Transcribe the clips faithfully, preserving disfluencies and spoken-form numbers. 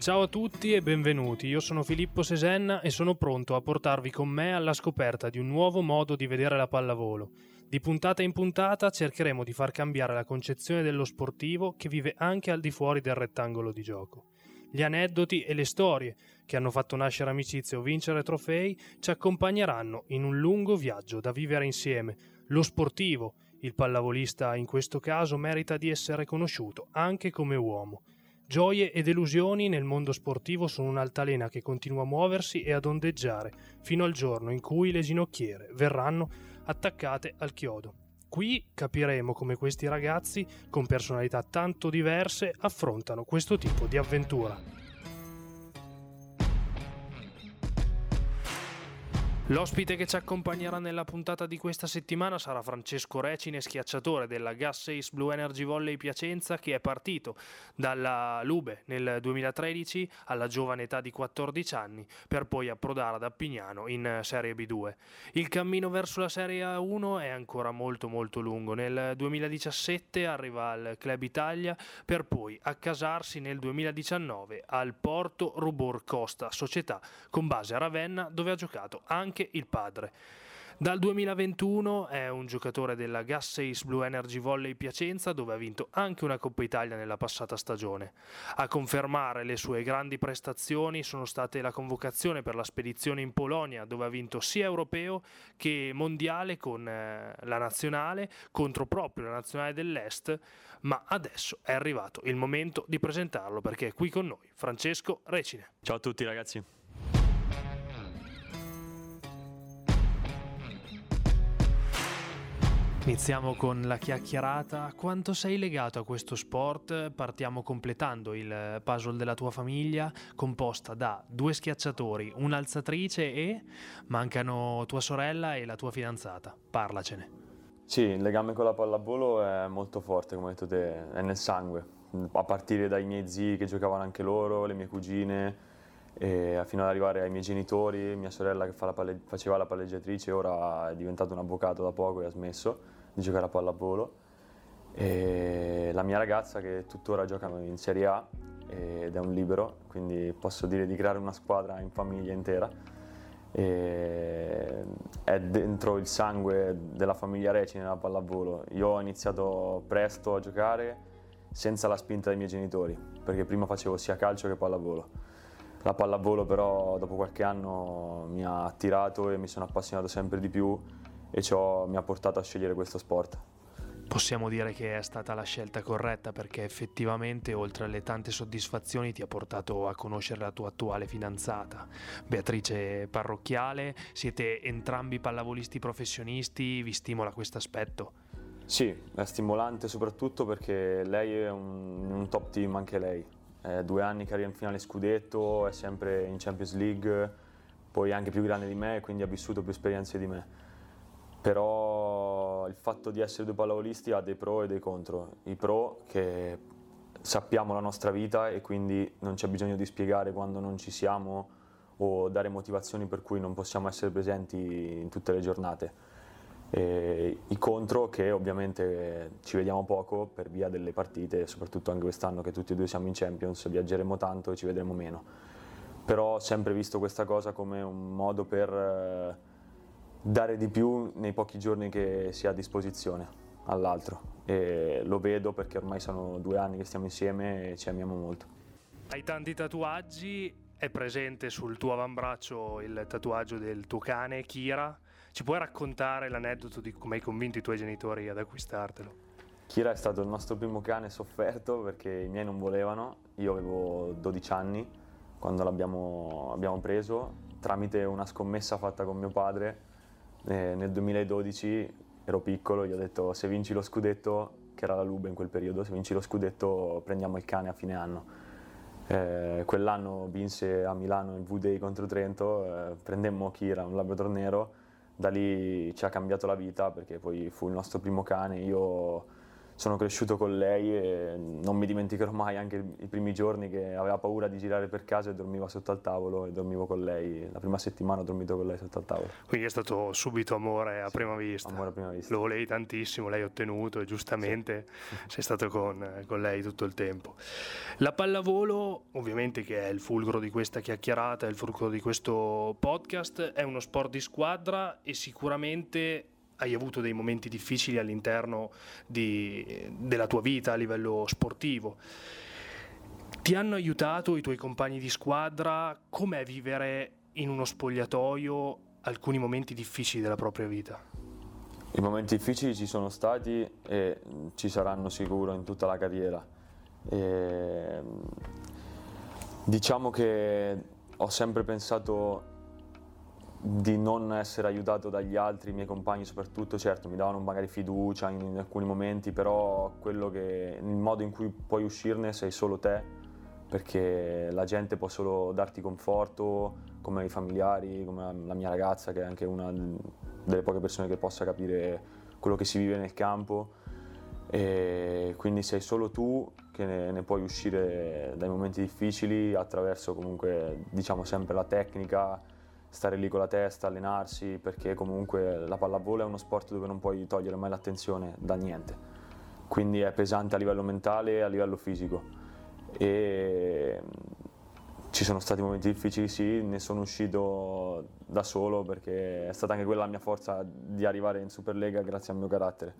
Ciao a tutti e benvenuti, io sono Filippo Sesenna e sono pronto a portarvi con me alla scoperta di un nuovo modo di vedere la pallavolo. Di puntata in puntata cercheremo di far cambiare la concezione dello sportivo che vive anche al di fuori del rettangolo di gioco. Gli aneddoti e le storie che hanno fatto nascere amicizie o vincere trofei ci accompagneranno in un lungo viaggio da vivere insieme. Lo sportivo, il pallavolista in questo caso, merita di essere conosciuto anche come uomo. Gioie e delusioni nel mondo sportivo sono un'altalena che continua a muoversi e ad ondeggiare fino al giorno in cui le ginocchiere verranno attaccate al chiodo. Qui capiremo come questi ragazzi, con personalità tanto diverse, affrontano questo tipo di avventura. L'ospite che ci accompagnerà nella puntata di questa settimana sarà Francesco Recine, schiacciatore della Gas Ace Blue Energy Volley Piacenza, che è partito dalla Lube nel duemilatredici alla giovane età di quattordici anni per poi approdare ad Appignano in Serie B due. Il cammino verso la Serie A uno è ancora molto molto lungo. Nel duemiladiciassette arriva al Club Italia per poi accasarsi nel duemiladiciannove al Porto Rubor Costa, società con base a Ravenna, dove ha giocato anche il padre. Dal duemilaventuno è un giocatore della Gas Ace Blue Energy Volley Piacenza, dove ha vinto anche una Coppa Italia nella passata stagione. A confermare le sue grandi prestazioni sono state la convocazione per la spedizione in Polonia, dove ha vinto sia europeo che mondiale con eh, la nazionale, contro proprio la nazionale dell'Est, ma adesso è arrivato il momento di presentarlo, perché è qui con noi Francesco Recine. Ciao a tutti ragazzi. Iniziamo con la chiacchierata. Quanto sei legato a questo sport? Partiamo completando il puzzle della tua famiglia, composta da due schiacciatori, un'alzatrice e mancano tua sorella e la tua fidanzata. Parlacene. Sì, il legame con la pallavolo è molto forte, come hai detto te, è nel sangue. A partire dai miei zii che giocavano anche loro, le mie cugine, e fino ad arrivare ai miei genitori, mia sorella che fa la palle- faceva la palleggiatrice, ora è diventato un avvocato da poco e ha smesso di giocare a pallavolo, e la mia ragazza che tuttora gioca in Serie A ed è un libero, quindi posso dire di creare una squadra in famiglia intera. E è dentro il sangue della famiglia Recine nella pallavolo. Io ho iniziato presto a giocare senza la spinta dei miei genitori, perché prima facevo sia calcio che pallavolo. La pallavolo però dopo qualche anno mi ha attirato e mi sono appassionato sempre di più e ciò mi ha portato a scegliere questo sport. Possiamo dire che è stata la scelta corretta, perché effettivamente oltre alle tante soddisfazioni ti ha portato a conoscere la tua attuale fidanzata, Beatrice Parrocchiale. Siete entrambi pallavolisti professionisti, vi stimola questo aspetto? Sì, è stimolante soprattutto perché lei è un, un top team anche lei. È due anni che arriva in finale scudetto, è sempre in Champions League, poi è anche più grande di me, quindi ha vissuto più esperienze di me. Però il fatto di essere due pallavolisti ha dei pro e dei contro. I pro che sappiamo la nostra vita e quindi non c'è bisogno di spiegare quando non ci siamo o dare motivazioni per cui non possiamo essere presenti in tutte le giornate. E i contro che ovviamente ci vediamo poco per via delle partite, soprattutto anche quest'anno che tutti e due siamo in Champions, viaggeremo tanto e ci vedremo meno. Però ho sempre visto questa cosa come un modo per eh, dare di più nei pochi giorni che si ha a disposizione all'altro, e lo vedo perché ormai sono due anni che stiamo insieme e ci amiamo molto. Hai tanti tatuaggi, è presente sul tuo avambraccio il tatuaggio del tuo cane Kira. Ci puoi raccontare l'aneddoto di come hai convinto i tuoi genitori ad acquistartelo? Kira è stato il nostro primo cane sofferto perché i miei non volevano. Io avevo dodici anni quando l'abbiamo abbiamo preso, tramite una scommessa fatta con mio padre. Eh, nel duemiladodici ero piccolo, gli ho detto: se vinci lo scudetto, che era la Lube in quel periodo, se vinci lo scudetto prendiamo il cane a fine anno. Eh, quell'anno vinse a Milano il V-Day contro Trento, eh, prendemmo Kira, un labrador nero. Da lì ci ha cambiato la vita perché poi fu il nostro primo cane. Io sono cresciuto con lei e non mi dimenticherò mai anche i primi giorni che aveva paura di girare per casa e dormiva sotto al tavolo e dormivo con lei. La prima settimana ho dormito con lei sotto al tavolo. Quindi è stato subito amore a Sì, prima vista. Amore a prima vista. Lo volevi tantissimo, l'hai ottenuto e giustamente sì. Sei stato con, con lei tutto il tempo. La pallavolo, ovviamente, che è il fulcro di questa chiacchierata, è il fulcro di questo podcast, è uno sport di squadra e sicuramente hai avuto dei momenti difficili all'interno di, della tua vita a livello sportivo. Ti hanno aiutato i tuoi compagni di squadra? Com'è vivere in uno spogliatoio alcuni momenti difficili della propria vita? I momenti difficili ci sono stati e ci saranno sicuro in tutta la carriera. E diciamo che ho sempre pensato di non essere aiutato dagli altri, i miei compagni soprattutto. Certo, mi davano magari fiducia in, in alcuni momenti, però quello che, il modo in cui puoi uscirne sei solo te, perché la gente può solo darti conforto, come i familiari, come la mia ragazza, che è anche una delle poche persone che possa capire quello che si vive nel campo, e quindi sei solo tu che ne, ne puoi uscire dai momenti difficili attraverso comunque, diciamo, sempre la tecnica, stare lì con la testa, allenarsi, perché comunque la pallavolo è uno sport dove non puoi togliere mai l'attenzione da niente, quindi è pesante a livello mentale e a livello fisico. E ci sono stati momenti difficili, sì, ne sono uscito da solo perché è stata anche quella la mia forza di arrivare in Superlega grazie al mio carattere,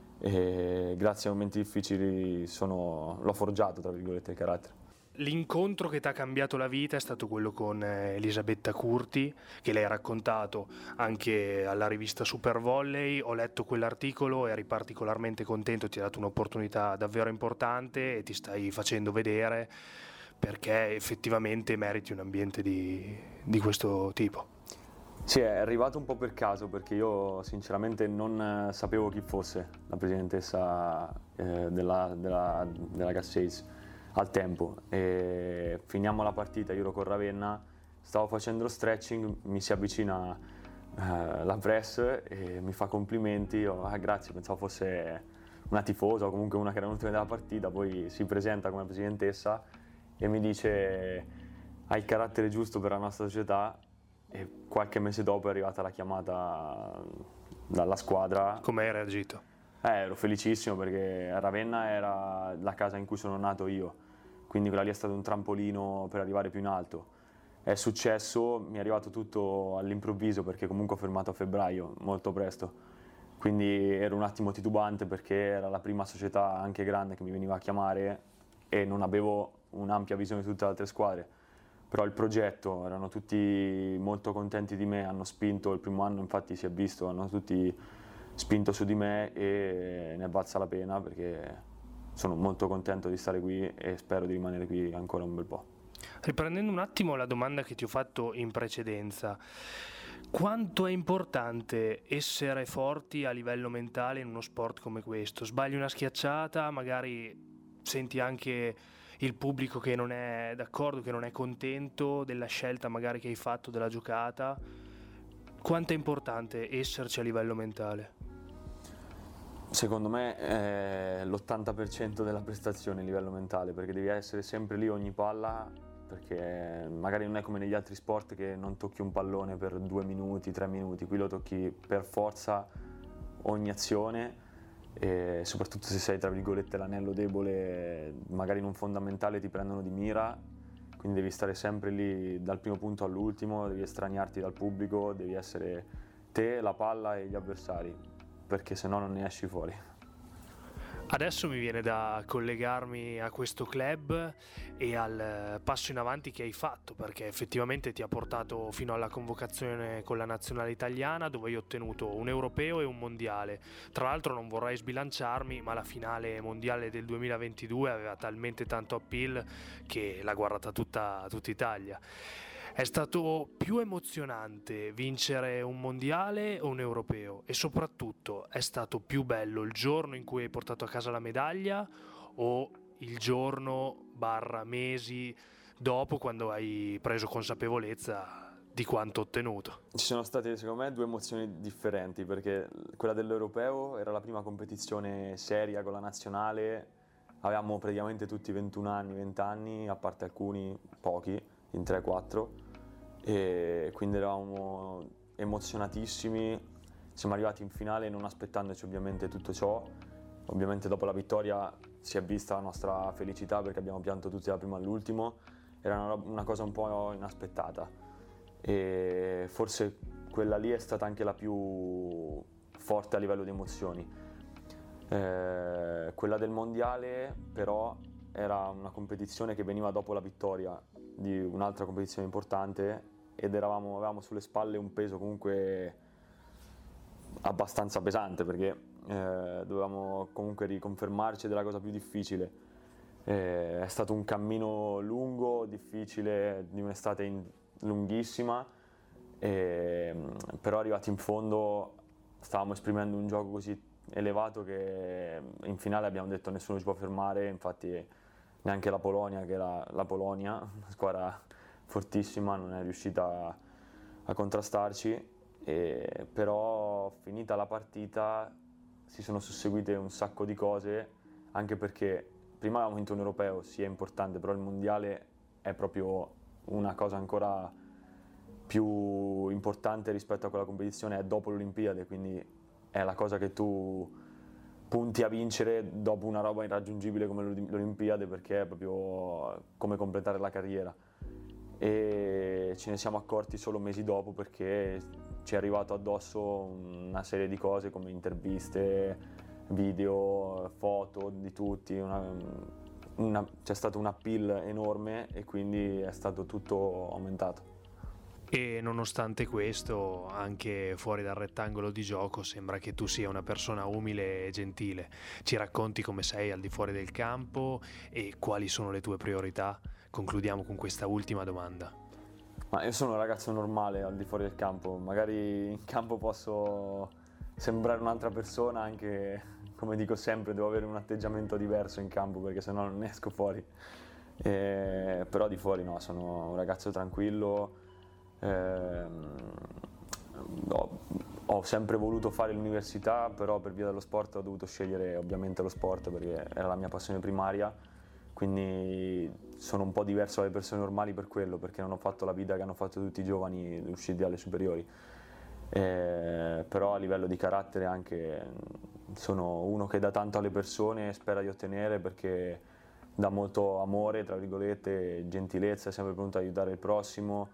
e grazie ai momenti difficili sono, l'ho forgiato, tra virgolette, il carattere. L'incontro che ti ha cambiato la vita è stato quello con Elisabetta Curti, che lei ha raccontato anche alla rivista Super Volley. Ho letto quell'articolo, eri particolarmente contento, ti ha dato un'opportunità davvero importante e ti stai facendo vedere perché effettivamente meriti un ambiente di, di questo tipo. Sì, è arrivato un po' per caso, perché io sinceramente non sapevo chi fosse la presidentessa eh, della, della, della Gasseis al tempo, e finiamo la partita, io ero con Ravenna, stavo facendo lo stretching, mi si avvicina eh, la press e mi fa complimenti. Io, ah, grazie, pensavo fosse una tifosa o comunque una che era venuta della partita, poi si presenta come presidentessa e mi dice: hai il carattere giusto per la nostra società. E qualche mese dopo è arrivata la chiamata dalla squadra. Come hai reagito? Eh, ero felicissimo perché Ravenna era la casa in cui sono nato io, quindi quella lì è stato un trampolino per arrivare più in alto. È successo, mi è arrivato tutto all'improvviso perché comunque ho fermato a febbraio, molto presto, quindi ero un attimo titubante perché era la prima società anche grande che mi veniva a chiamare e non avevo un'ampia visione di tutte le altre squadre. Però il progetto, erano tutti molto contenti di me, hanno spinto, il primo anno infatti si è visto, hanno tutti spinto su di me e ne è valsa la pena perché sono molto contento di stare qui e spero di rimanere qui ancora un bel po'. Riprendendo un attimo la domanda che ti ho fatto in precedenza, quanto è importante essere forti a livello mentale in uno sport come questo? Sbagli una schiacciata, magari senti anche il pubblico che non è d'accordo, che non è contento della scelta magari che hai fatto, della giocata. Quanto è importante esserci a livello mentale? Secondo me è l'ottanta per cento della prestazione a livello mentale, perché devi essere sempre lì ogni palla, perché magari non è come negli altri sport che non tocchi un pallone per due minuti, tre minuti, qui lo tocchi per forza ogni azione, e soprattutto se sei, tra virgolette, l'anello debole, magari in un fondamentale ti prendono di mira, quindi devi stare sempre lì dal primo punto all'ultimo, devi estraniarti dal pubblico, devi essere te, la palla e gli avversari, perché se no non ne esci fuori. Adesso mi viene da collegarmi a questo club e al passo in avanti che hai fatto, perché effettivamente ti ha portato fino alla convocazione con la nazionale italiana, dove hai ottenuto un europeo e un mondiale. Tra l'altro non vorrei sbilanciarmi, ma la finale mondiale del duemilaventidue aveva talmente tanto appeal che l'ha guardata tutta, tutta Italia. È stato più emozionante vincere un mondiale o un europeo? E soprattutto è stato più bello il giorno in cui hai portato a casa la medaglia o il giorno barra mesi dopo, quando hai preso consapevolezza di quanto ottenuto. Ci sono state secondo me due emozioni differenti, perché quella dell'Europeo era la prima competizione seria con la nazionale, avevamo praticamente tutti ventuno anni, venti anni, a parte alcuni, pochi, in tre quattro, e quindi eravamo emozionatissimi, siamo arrivati in finale non aspettandoci ovviamente tutto ciò. Ovviamente dopo la vittoria si è vista la nostra felicità perché abbiamo pianto tutti dal primo all'ultimo, era una, una cosa un po' inaspettata e forse quella lì è stata anche la più forte a livello di emozioni. Eh, quella del mondiale però era una competizione che veniva dopo la vittoria di un'altra competizione importante ed eravamo, avevamo sulle spalle un peso comunque abbastanza pesante perché eh, dovevamo comunque riconfermarci della cosa più difficile. Eh, è stato un cammino lungo, difficile, di un'estate in, lunghissima, eh, però arrivati in fondo stavamo esprimendo un gioco così elevato che in finale abbiamo detto nessuno ci può fermare, infatti neanche la Polonia, che era la Polonia, una squadra fortissima, non è riuscita a, a contrastarci. E però finita la partita si sono susseguite un sacco di cose, anche perché prima avevamo vinto un europeo, sì è importante, però il mondiale è proprio una cosa ancora più importante rispetto a quella competizione, è dopo l'Olimpiade, quindi è la cosa che tu punti a vincere dopo una roba irraggiungibile come l'Olimpiade, perché è proprio come completare la carriera. E ce ne siamo accorti solo mesi dopo perché ci è arrivato addosso una serie di cose come interviste, video, foto di tutti, una, una, c'è stato un appeal enorme e quindi è stato tutto aumentato. E nonostante questo, anche fuori dal rettangolo di gioco, sembra che tu sia una persona umile e gentile. Ci racconti come sei al di fuori del campo e quali sono le tue priorità? Concludiamo con questa ultima domanda. Ma io sono un ragazzo normale al di fuori del campo, magari in campo posso sembrare un'altra persona, anche come dico sempre devo avere un atteggiamento diverso in campo perché sennò non ne esco fuori. E, però di fuori no, sono un ragazzo tranquillo. Eh, ho, ho sempre voluto fare l'università, però per via dello sport ho dovuto scegliere ovviamente lo sport perché era la mia passione primaria, quindi sono un po' diverso dalle persone normali per quello, perché non ho fatto la vita che hanno fatto tutti i giovani usciti dalle superiori. Eh, però a livello di carattere anche sono uno che dà tanto alle persone e spera di ottenere, perché dà molto amore, tra virgolette, gentilezza, è sempre pronto ad aiutare il prossimo.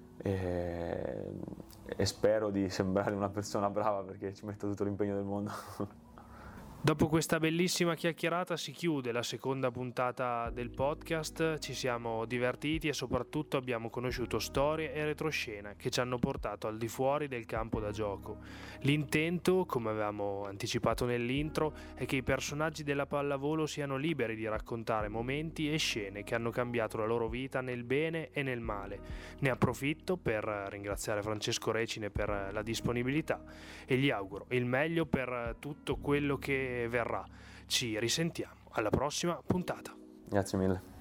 E, e spero di sembrare una persona brava perché ci metto tutto l'impegno del mondo. Dopo questa bellissima chiacchierata si chiude la seconda puntata del podcast, ci siamo divertiti e soprattutto abbiamo conosciuto storie e retroscena che ci hanno portato al di fuori del campo da gioco. L'intento, come avevamo anticipato nell'intro, è che i personaggi della pallavolo siano liberi di raccontare momenti e scene che hanno cambiato la loro vita nel bene e nel male. Ne approfitto per ringraziare Francesco Recine per la disponibilità e gli auguro il meglio per tutto quello che verrà. Ci risentiamo alla prossima puntata. Grazie mille.